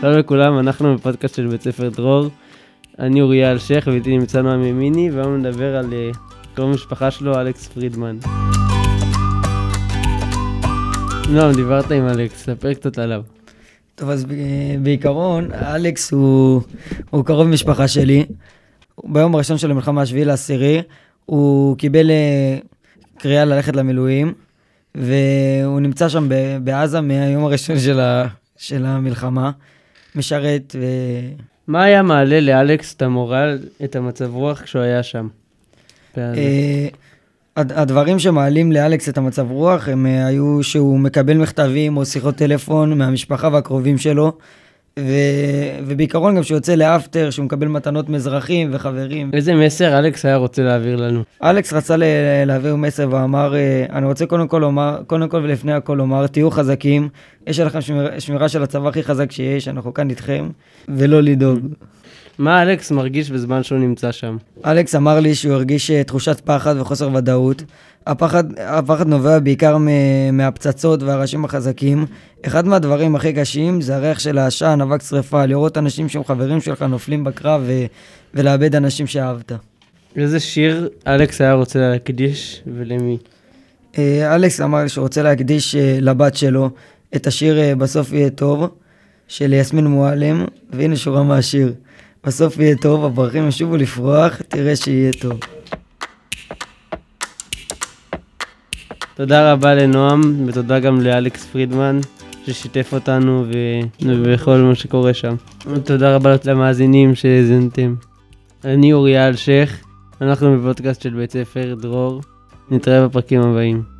שלום לכולם, אנחנו בפודקאסט של בית ספר דרור. אני אוריה אלשייך ואיתי נמצא נועם ימיני, והיום נדבר על קרוב משפחה שלו, אלכס פרידמן. נועם, דיברת עם אלכס, ספר קצת עליו. טוב, אז בעיקרון, אלכס הוא קרוב משפחה שלי. ביום הראשון של המלחמה, 7/10, הוא קיבל קריאה ללכת למילואים, והוא נמצא שם בעזה מהיום הראשון של המלחמה, משרת מה היה מעלה לאלכס את המורל, את המצב רוח כשהוא היה שם? הדברים שמעלים לאלכס את המצב רוח הם היו שהוא מקבל מכתבים או שיחות טלפון מהמשפחה והקרובים שלו, ובעיקרון גם שהוא יוצא לאפטר, שהוא מקבל מתנות מאזרחים וחברים. איזה מסר אלכס היה רוצה להעביר לנו? אלכס רצה להעביר מסר ואמר, אני רוצה קודם כל ולפני הכל לומר, תהיו חזקים, יש עליכם שמירה של הצבא הכי חזק שיש, אנחנו כאן איתכם, ולא לדאוג. מה אלכס מרגיש בזמן שהוא נמצא שם? אלכס אמר לי שהוא הרגיש תחושת פחד וחוסר ודאות. הפחד נובע בעיקר מהפצצות והרעשים החזקים. אחד מהדברים הכי קשים זה הריח של העשן, אבק שריפה, לראות אנשים שהם חברים שלך נופלים בקרב ולאבד אנשים שאהבת. איזה שיר אלכס היה רוצה להקדיש ולמי? אלכס אמר שהוא רוצה להקדיש לבת שלו את השיר בסוף יהיה טוב של יסמין מועלם, והנה שורה מהשיר. בסוף יהיה טוב, הפרחים ישובו לפרוח, תראה שיהיה טוב. תודה רבה לנועם, ותודה גם לאלכס פרידמן, ששיתף אותנו ובכל מה שקורה שם. תודה רבה למאזינים שהאזנתם. אני אוריה אלשייך, אנחנו בפודקאסט של בית ספר דרור. נתראה בפרקים הבאים.